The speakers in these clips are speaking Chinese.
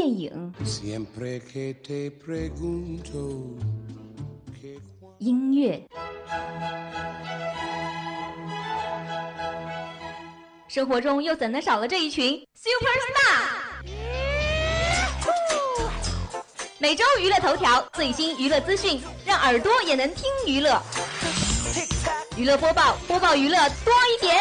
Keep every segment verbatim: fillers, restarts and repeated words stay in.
影、音乐。生活中又怎能少了这一群 Superstar？ 每周娱乐头条，最新娱乐资讯，让耳朵也能听娱乐。娱乐播报，播报娱乐多一点。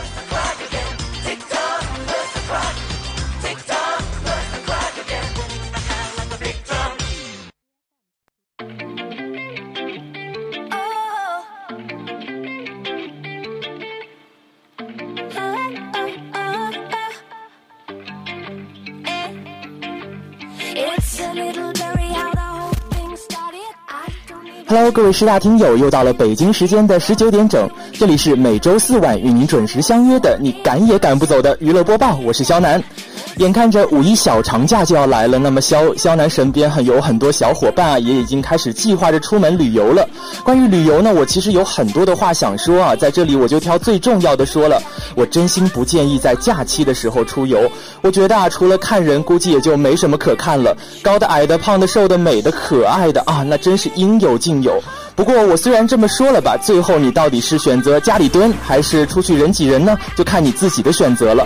Hello， 各位师大听友，又到了北京时间的十九点整，这里是每周四晚与您准时相约的你赶也赶不走的娱乐播报，我是肖楠。眼看着五一小长假就要来了，那么肖肖楠身边很有很多小伙伴啊，也已经开始计划着出门旅游了。关于旅游呢，我其实有很多的话想说啊，在这里我就挑最重要的说了。我真心不建议在假期的时候出游，我觉得啊，除了看人，估计也就没什么可看了。高的、矮的、胖的、瘦的、美的、可爱的啊，那真是应有尽有。不过我虽然这么说了吧，最后你到底是选择家里蹲，还是出去人挤人呢？就看你自己的选择了。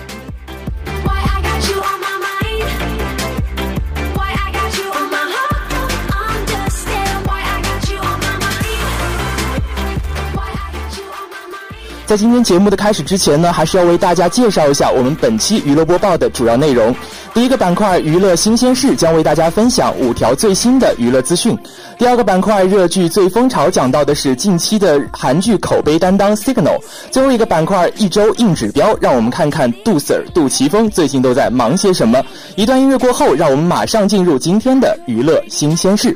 在今天节目的开始之前呢，还是要为大家介绍一下我们本期娱乐播报的主要内容。第一个板块娱乐新鲜事将为大家分享五条最新的娱乐资讯。第二个板块热剧最风潮讲到的是近期的韩剧口碑担当 Signal。最后一个板块一周硬指标，让我们看看杜 Sir 杜琪峰最近都在忙些什么。一段音乐过后，让我们马上进入今天的娱乐新鲜事。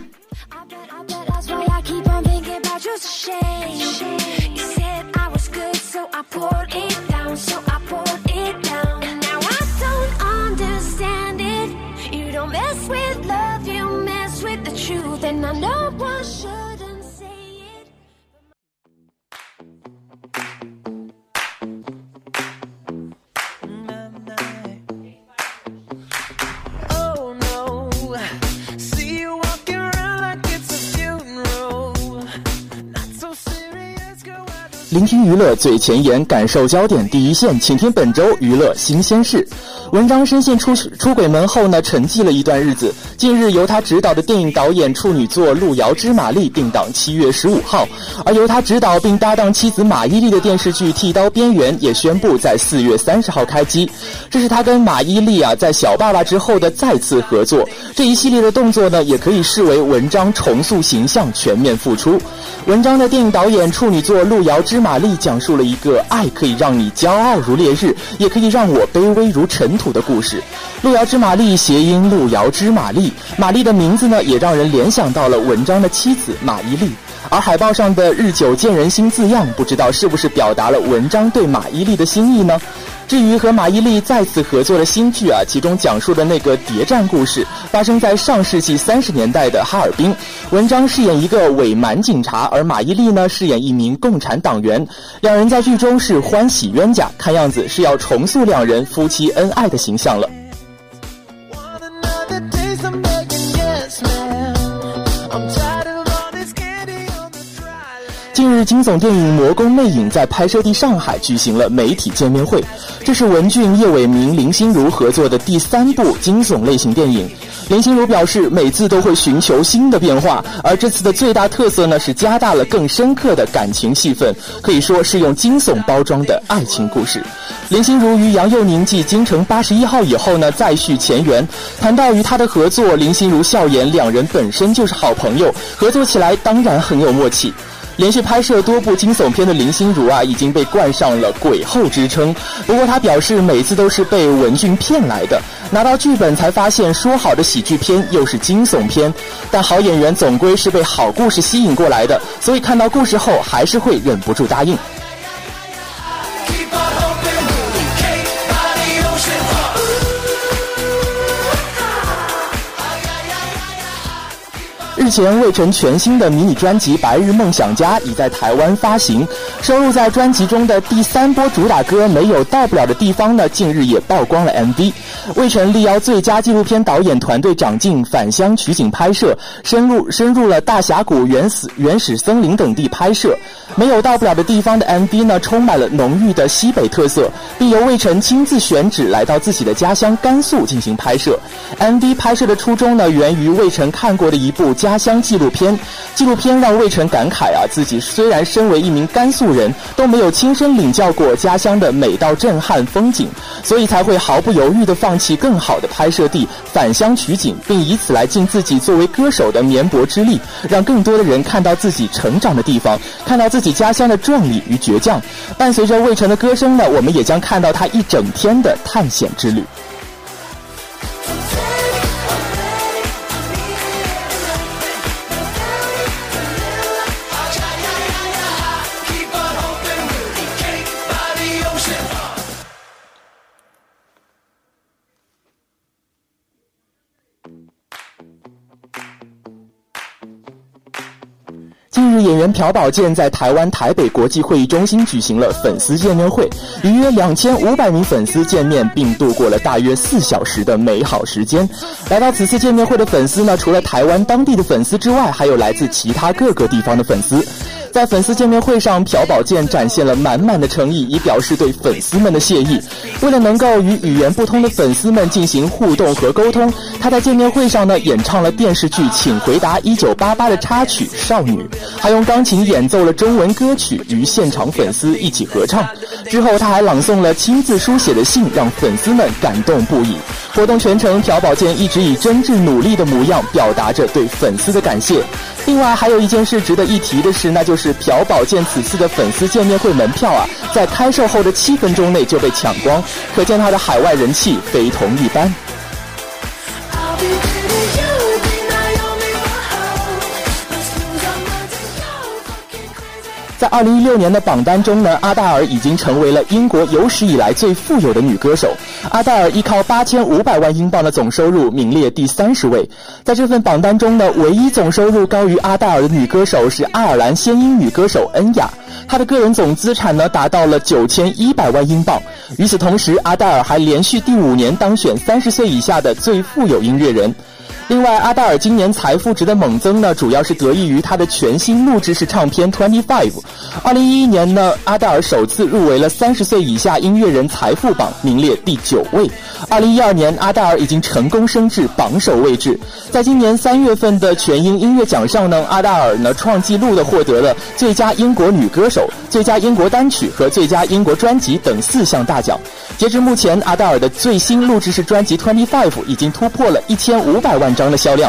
聆听娱乐最前沿，感受焦点第一线，请听本周娱乐新鲜事。文章深陷出出轨门后呢，沉寂了一段日子。近日由他执导的电影导演处女作《路遥知马力》定档七月十五号，而由他执导并搭档妻子马伊琍的电视剧《剃刀边缘》也宣布在四月三十号开机。这是他跟马伊琍啊在小爸爸之后的再次合作。这一系列的动作呢，也可以视为文章重塑形象、全面复出。文章的电影导演处女作《路遥知马力》讲述了一个爱可以让你骄傲如烈日，也可以让我卑微如尘土的故事。路遥知马力谐音路遥知马力，马力的名字呢也让人联想到了文章的妻子马伊琍。而海报上的日久见人心字样，不知道是不是表达了文章对马伊琍的心意呢？至于和马伊琍再次合作的新剧啊，其中讲述的那个谍战故事发生在上世纪三十年代的哈尔滨。文章饰演一个伪蛮警察，而马伊琍呢饰演一名共产党员。两人在剧中是欢喜冤家，看样子是要重塑两人夫妻恩爱的形象了。近日，惊悚电影《魔宫魅影》在拍摄地上海举行了媒体见面会。这是文俊、叶伟明、林心如合作的第三部惊悚类型电影。林心如表示，每次都会寻求新的变化，而这次的最大特色呢，是加大了更深刻的感情戏份，可以说是用惊悚包装的爱情故事。林心如与杨佑宁继《京城八十一号》以后呢，再续前缘。谈到与他的合作，林心如笑言，两人本身就是好朋友，合作起来当然很有默契。连续拍摄多部惊悚片的林心如啊，已经被冠上了鬼后之称。不过她表示，每次都是被文俊骗来的，拿到剧本才发现说好的喜剧片又是惊悚片。但好演员总归是被好故事吸引过来的，所以看到故事后还是会忍不住答应。 日前，魏晨全新的迷你专辑《白日梦想家》已在台湾发行，收录在专辑中的第三波主打歌《没有到不了的地方》呢，近日也曝光了 M V。魏晨力邀最佳纪录片导演团队长进返乡取景拍摄，深入深入了大峡谷、原始原始森林等地拍摄。没有到不了的地方的 M V 呢，充满了浓郁的西北特色，并由魏晨亲自选址来到自己的家乡甘肃进行拍摄。M V 拍摄的初衷呢，源于魏晨看过的一部家乡纪录片。纪录片让魏晨感慨啊，自己虽然身为一名甘肃人，都没有亲身领教过家乡的美到震撼风景，所以才会毫不犹豫地放弃更好的拍摄地，返乡取景，并以此来尽自己作为歌手的绵薄之力，让更多的人看到自己成长的地方，看到自己家乡的壮丽与倔强。伴随着魏晨的歌声呢，我们也将看到他一整天的探险之旅。近日，演员朴宝剑在台湾台北国际会议中心举行了粉丝见面会，与约两千五百名粉丝见面，并度过了大约四小时的美好时间。来到此次见面会的粉丝呢，除了台湾当地的粉丝之外，还有来自其他各个地方的粉丝。在粉丝见面会上，朴宝剑展现了满满的诚意，以表示对粉丝们的谢意。为了能够与语言不通的粉丝们进行互动和沟通，他在见面会上呢演唱了电视剧《请回答一九八八》的插曲《少女》，还用钢琴演奏了中文歌曲，与现场粉丝一起合唱。之后，他还朗诵了亲自书写的信，让粉丝们感动不已。活动全程，朴宝剑一直以真挚努力的模样表达着对粉丝的感谢。另外，还有一件事值得一提的是，那就是朴宝剑此次的粉丝见面会门票啊，在开售后的七分钟内就被抢光，可见他的海外人气非同一般。在二零一六年的榜单中呢，阿黛尔已经成为了英国有史以来最富有的女歌手。阿黛尔依靠八千五百万英镑的总收入名列第三十位。在这份榜单中呢，唯一总收入高于阿黛尔的女歌手是爱尔兰先音女歌手恩雅，她的个人总资产呢达到了九千一百万英镑。与此同时，阿黛尔还连续第五年当选三十岁以下的最富有音乐人。另外，阿黛尔今年财富值的猛增呢，主要是得益于她的全新录制式唱片 二十五。二零一一年呢，阿黛尔首次入围了三十岁以下音乐人财富榜，名列第九位。二零一二年，阿黛尔已经成功升至榜首位置。在今年三月份的全英音乐奖上呢，阿黛尔呢创纪录的获得了最佳英国女歌手、最佳英国单曲和最佳英国专辑等四项大奖。截至目前，阿黛尔的最新录制式专辑二十五已经突破了一千五百万张的销量。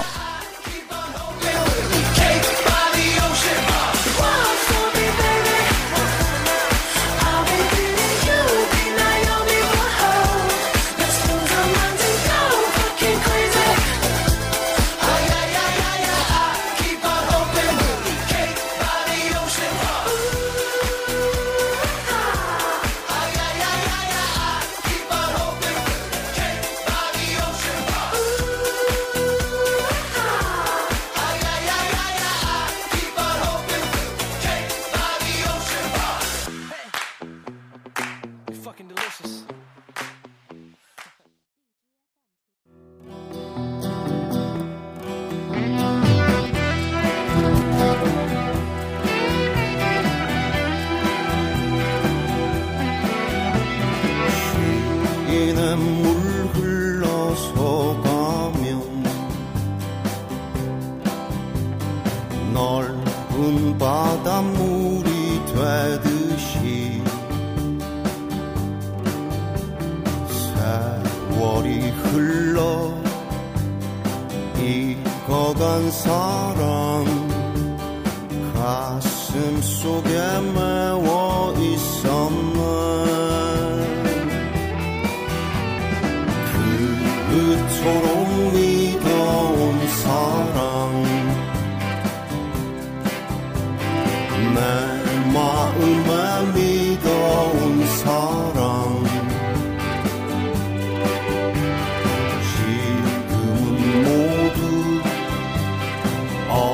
all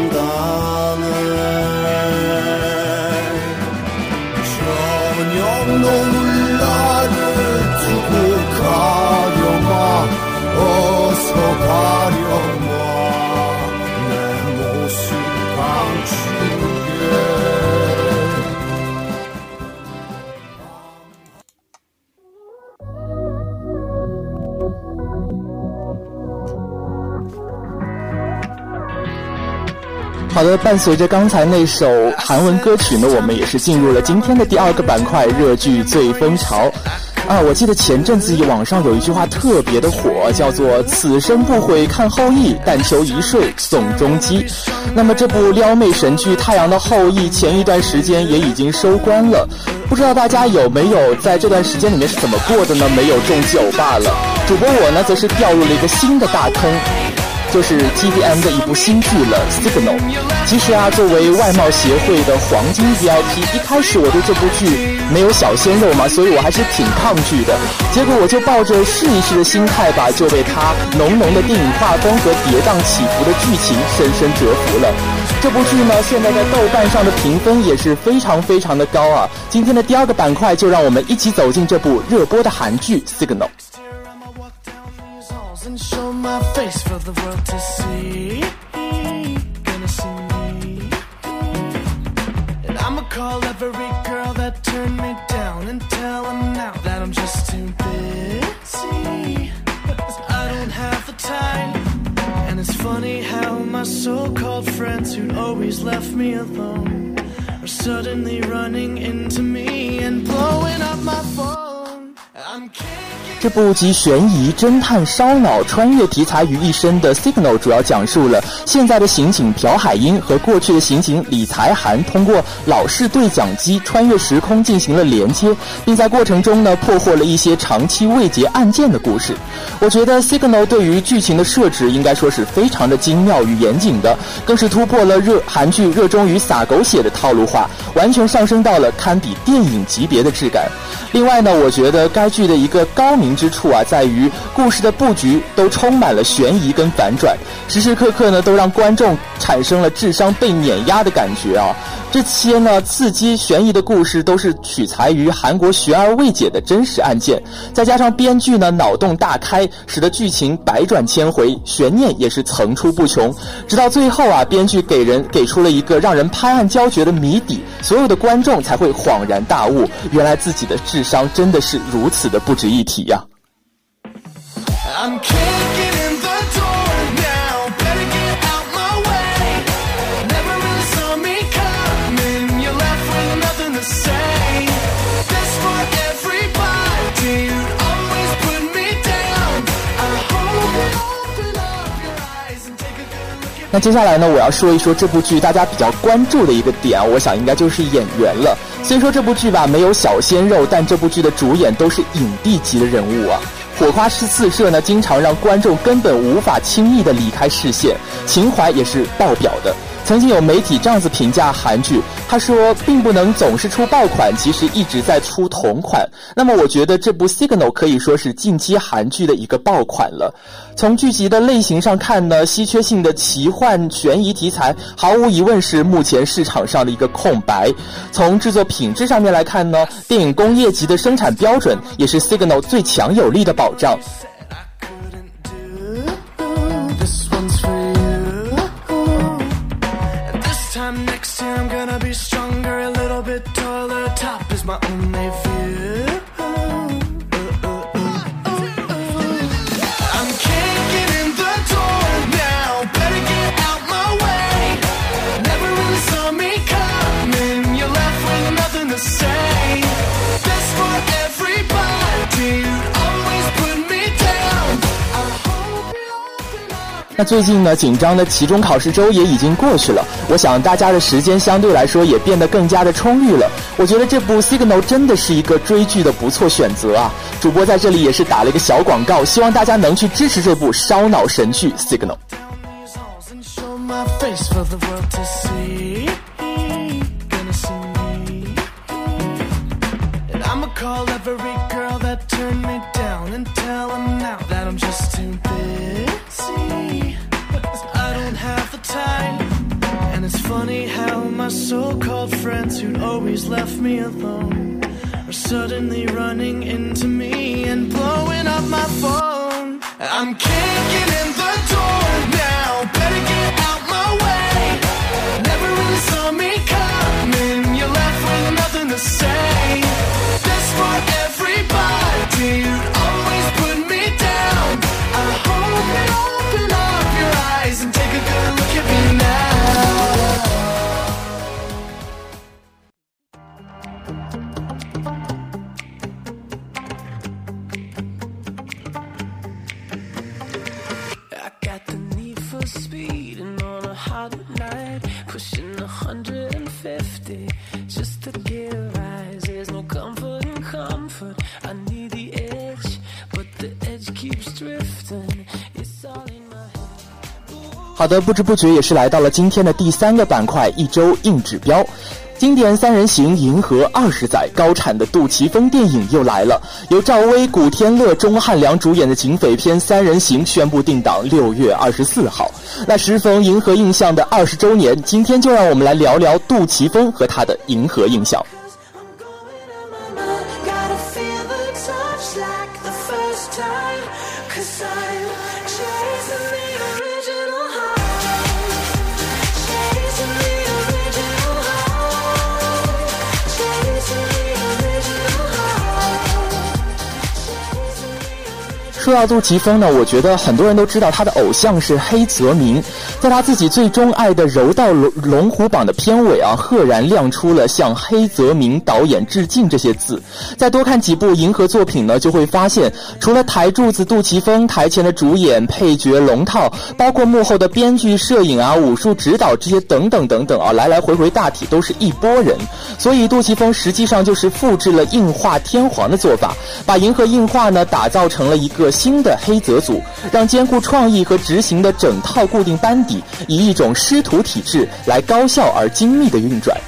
판단해 저녁 노을 나를 두고 가려마 어서 가려마 내 모습 감추게 好的，伴随着刚才那首韩文歌曲呢，我们也是进入了今天的第二个板块热剧最风潮啊。我记得前阵子网上有一句话特别的火，叫做此生不悔看后羿，但求一睡宋仲基。那么这部撩妹神剧《太阳的后裔》前一段时间也已经收官了，不知道大家有没有在这段时间里面是怎么过的呢？没有中酒罢了。主播我呢则是掉入了一个新的大坑，就是 T V M 的一部新剧了 Signal。 其实啊，作为外贸协会的黄金 V I P， 一开始我对这部剧没有小鲜肉嘛，所以我还是挺抗拒的。结果我就抱着试一试的心态吧，就被它浓浓的电影画风和跌宕起伏的剧情深深折服了。这部剧呢，现在在豆瓣上的评分也是非常非常的高啊。今天的第二个板块，就让我们一起走进这部热播的韩剧 Signal。 And show my face for the world to see. Gonna see me. And I'ma call every girl that turned me down and tell them now that I'm just too busy. I don't have the time. And it's funny how my so-called friends who'd always left me alone are suddenly running into me and blowing up my phone. I'm kidding. 这部集悬疑、侦探、烧脑、穿越题材于一身的 Signal 主要讲述了现在的刑警朴海英和过去的刑警李才涵通过老式对讲机穿越时空进行了连接，并在过程中呢破获了一些长期未结案件的故事。我觉得 Signal 对于剧情的设置应该说是非常的精妙与严谨的，更是突破了热韩剧热衷于撒狗血的套路化，完全上升到了堪比电影级别的质感。另外呢，我觉得该剧的一个高明之处啊，在于故事的布局都充满了悬疑跟反转，时时刻刻呢都让观众产生了智商被碾压的感觉啊。这些呢刺激悬疑的故事都是取材于韩国悬而未解的真实案件，再加上编剧呢脑洞大开，使得剧情百转千回，悬念也是层出不穷。直到最后啊，编剧给人给出了一个让人拍案叫绝的谜底，所有的观众才会恍然大悟，原来自己的智商真的是如此的不值一提呀、 啊。I'm kicking in the door now, better get out my way. Never really saw me coming, you're left with nothing to say. This for everybody, you'd always put me down. I hope you open up your eyes and take a good look at. 那接下来呢，我要说一说这部剧大家比较关注的一个点，我想应该就是演员了。虽说这部剧吧没有小鲜肉，但这部剧的主演都是影帝级的人物啊。火花四射呢，经常让观众根本无法轻易的离开视线，情怀也是爆表的。曾经有媒体这样子评价韩剧，他说并不能总是出爆款，其实一直在出同款。那么我觉得这部 Signal 可以说是近期韩剧的一个爆款了。从剧集的类型上看呢，稀缺性的奇幻悬疑题材毫无疑问是目前市场上的一个空白。从制作品质上面来看呢，电影工业级的生产标准也是 Signal 最强有力的保障。 Next year I'm gonna be stronger, a little bit taller. Top is my only view. I'm kicking in the door now, better get out my way. Never really saw me coming, you're left with nothing to say. This for everybody, you'd always put me down. I hope you open up. 那最近呢，紧张的期中考试周也已经过去了，我想大家的时间相对来说也变得更加的充裕了。我觉得这部 Signal 真的是一个追剧的不错选择啊！主播在这里也是打了一个小广告，希望大家能去支持这部烧脑神剧 Signal。 funny how my so-called friends who'd always left me alone are suddenly running into me and blowing up my phone. I'm kicking in the door now, better get out my way. Never really saw me coming, you're left with nothing to say. This for everybody, you'd always put me down. I hope you open up your eyes and take a good look at me now. Pushing one hundred fifty just to get a rise. There's no comfort in comfort. I need the edge, but the edge keeps drifting. It's all in my head. 好的，不知不觉也是来到了今天的第三个板块，一周硬指标。经典三人行银河二十载，高产的杜琪峰电影又来了。由赵薇、古天乐、钟汉良主演的警匪片《三人行》宣布定档六月二十四号。那时逢银河映像的二十周年，今天就让我们来聊聊杜琪峰和他的银河映像。说到杜琪峰呢，我觉得很多人都知道他的偶像是黑泽明，在他自己最钟爱的《柔道龙虎榜》的片尾啊，赫然亮出了向黑泽明导演致敬这些字。再多看几部银河作品呢，就会发现除了台柱子杜琪峰，台前的主演、配角、龙套，包括幕后的编剧、摄影啊、武术指导这些等等等等啊，来来回回大体都是一拨人。所以杜琪峰实际上就是复制了映画天皇的做法，把银河映画呢打造成了一个新的黑泽组，让兼顾创意和执行的整套固定班底以一种师徒体制来高效而精密的运转。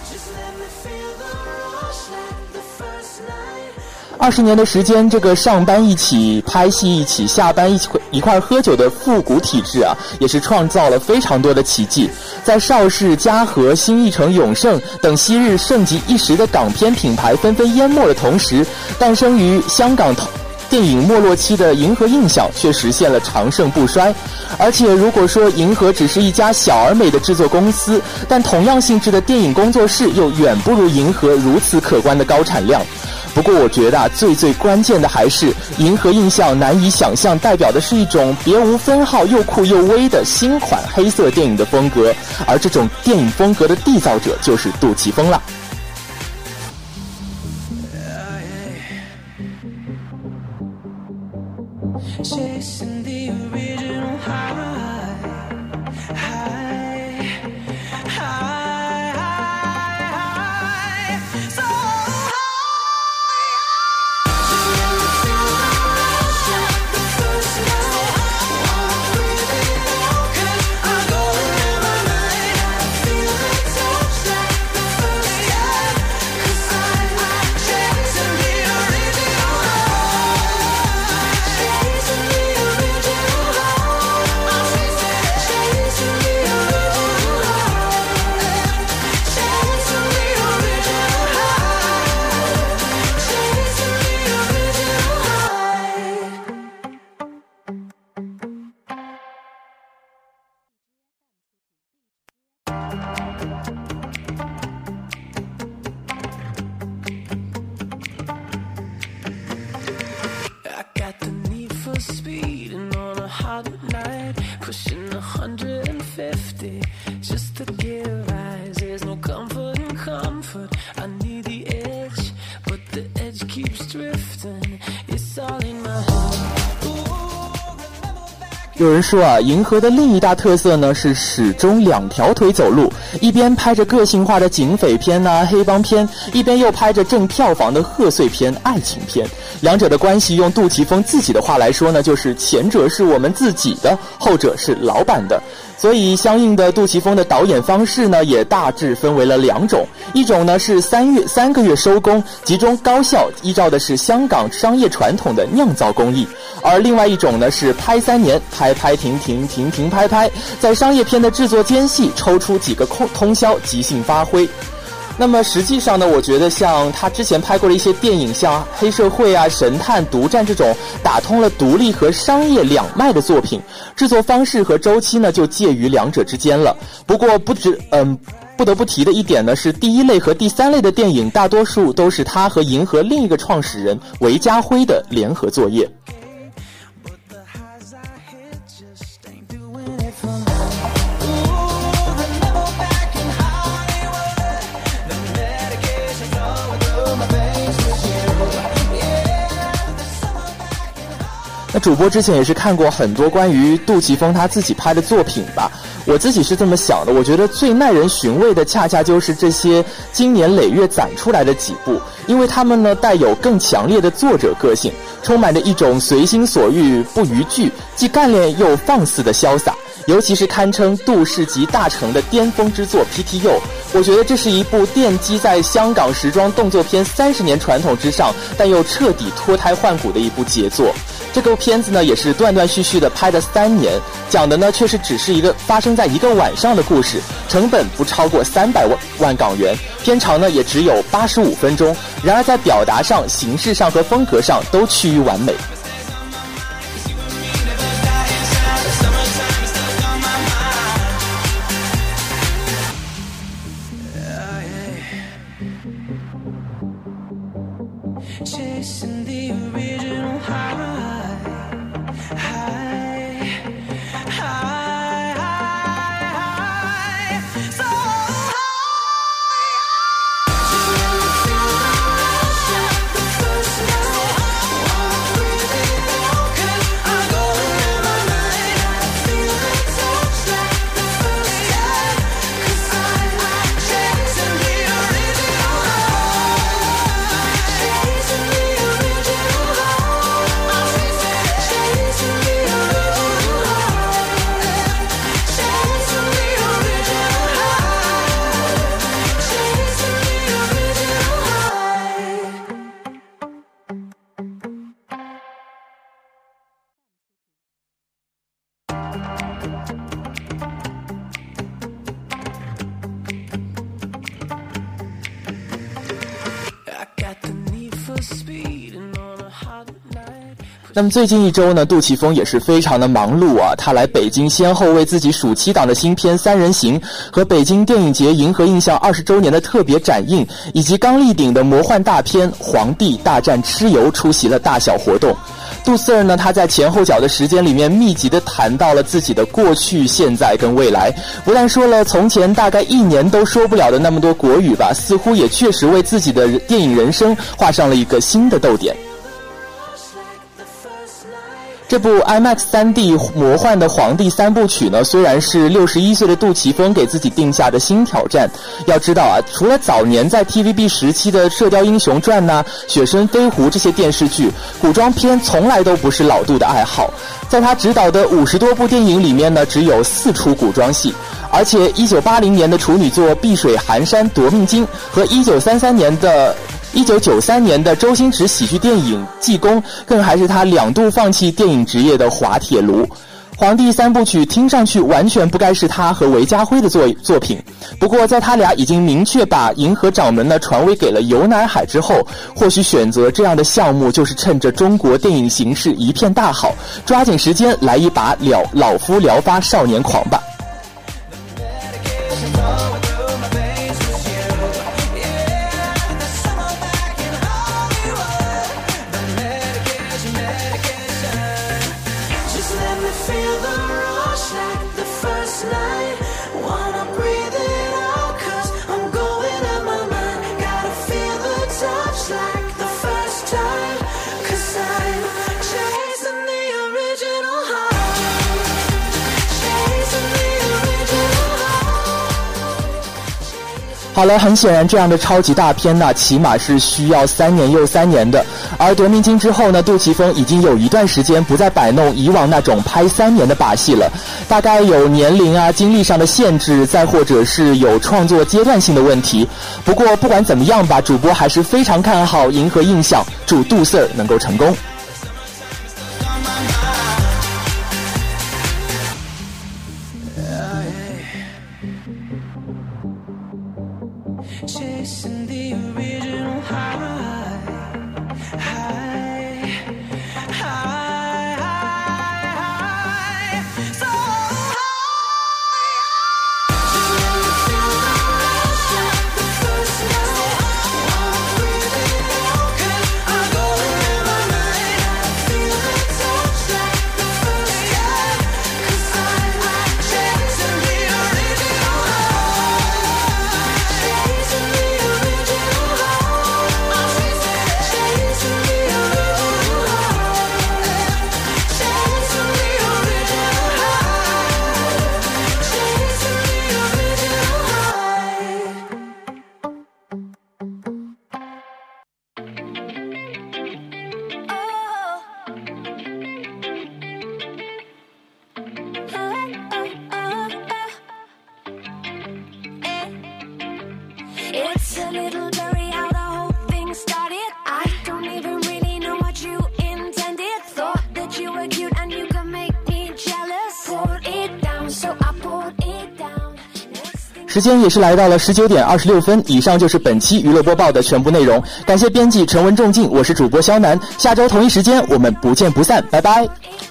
二十年的时间，这个上班一起拍戏一起下班一起一块喝酒的复古体制啊，也是创造了非常多的奇迹。在邵氏、嘉禾、新艺城、永盛等昔日盛极一时的港片品牌纷纷淹没的同时，诞生于香港电影没落期的银河映像却实现了长盛不衰。而且如果说银河只是一家小而美的制作公司，但同样性质的电影工作室又远不如银河如此可观的高产量。不过我觉得啊，最最关键的还是银河映像难以想象代表的是一种别无分号又酷又威的新款黑色电影的风格，而这种电影风格的缔造者就是杜琪峰了。 Chasing the original high, high, high, high, so high. The first night, I'm breathing out 'cause I'm going in my mind. I feel the touch like the first time 'cause I'm chasing the original high.Chasing the original high, I'm chasing, chasing the original high, chasing the original high, chasing the original high.I got the need for speed and on a hot night, pushing one hundred fifty just to get a rise. There's no comfort in comfort. I need the edge, but the edge keeps drifting. It's all in my head. 有人说啊，银河的另一大特色呢是始终两条腿走路，一边拍着个性化的警匪片啊、黑帮片，一边又拍着挣票房的贺岁片、爱情片。两者的关系用杜琪峰自己的话来说呢，就是前者是我们自己的，后者是老板的。 所以相应的杜琪峰的导演方式呢，也大致分为了两种，一种呢是三月三个月收工，集中高效，依照的是香港商业传统的酿造工艺，而另外一种呢是拍三年，拍拍停停停停拍拍，在商业片的制作间隙抽出几个空通宵即兴发挥。那么实际上呢，我觉得像他之前拍过的一些电影，像黑社会啊、神探、独占这种打通了独立和商业两脉的作品，制作方式和周期呢就介于两者之间了。不过不止嗯不得不提的一点呢，是第一类和第三类的电影大多数都是他和银河另一个创始人韦家辉的联合作业。那主播之前也是看过很多关于杜琪峰他自己拍的作品吧，我自己是这么想的，我觉得最耐人寻味的恰恰就是这些经年累月攒出来的几部，因为他们呢带有更强烈的作者个性，充满着一种随心所欲不逾矩，既干练又放肆的潇洒，尤其是堪称杜氏级大成的巅峰之作《P T U》，我觉得这是一部奠基在香港时装动作片三十年传统之上，但又彻底脱胎换骨的一部杰作。这个片子呢也是断断续续的拍了三年，讲的呢却是只是一个发生在一个晚上的故事，成本不超过三百万港元，片长呢也只有八十五分钟，然而在表达上、形式上和风格上都趋于完美。 Chasing the original high, high, high, high, high, so high. The first night, I'm breathing out 'cause I'm going in my mind. I feel the touch like the first time 'cause I'm chasing the original high.Chasing the original high, I'm chasing the original high, chasing the original high, chasing the original high.I got the need for speed and on a hot night. 那么最近一周呢，杜琪峰也是非常的忙碌啊，他来北京先后为自己暑期档的新片《三人行》和北京电影节银河印象二十周年的特别展映，以及刚立顶的魔幻大片《皇帝大战蚩尤》出席了大小活动。杜 Sir 呢，他在前后脚的时间里面密集地谈到了自己的过去、现在跟未来，不但说了从前大概一年都说不了的那么多国语吧，似乎也确实为自己的电影人生画上了一个新的逗点。这部 IMAX 三 D 魔幻的皇帝三部曲呢，虽然是六十一岁的杜琪峰给自己定下的新挑战，要知道啊，除了早年在 T V B 时期的《射雕英雄传》呐、雪深飞狐这些电视剧，古装片从来都不是老杜的爱好。在他执导的五十多部电影里面呢，只有四出古装戏，而且一九八零年的处女作《碧水寒山夺命金》和一九三三年的一九九三年的周星驰喜剧电影《济公》，更还是他两度放弃电影职业的滑铁卢。皇帝三部曲听上去完全不该是他和韦家辉的作作品，不过在他俩已经明确把银河掌门呢传位给了游乃海之后，或许选择这样的项目就是趁着中国电影形势一片大好，抓紧时间来一把了老夫聊发少年狂吧。 Chasing the original high, chasing the 好了，很显然这样的超级大片呢，起码是需要三年又三年的。而夺命金之后呢，杜琪峰已经有一段时间不再摆弄以往那种拍三年的把戏了，大概有年龄啊、精力上的限制，再或者是有创作阶段性的问题。不过不管怎么样吧，主播还是非常看好银河印象，祝杜 Sir 能够成功。 Chasing the original high, high, high, high, high, so high. The first night, I'm breathing out 'cause I'm going in my mind. I feel the touch like the first time 'cause I'm chasing the original high.Chasing the original high, chasing the original high, chasing the original high, chasing the original high.It's a little blurry how the whole thing started. I don't even really know what you intended. Thought that you were cute and you could make me jealous. Poured it down, so I poured it down. 时间也是来到了十九点二十六分，以上就是本期娱乐播报的全部内容。感谢编辑陈文仲敬，我是主播肖楠。下周同一时间我们不见不散，拜拜。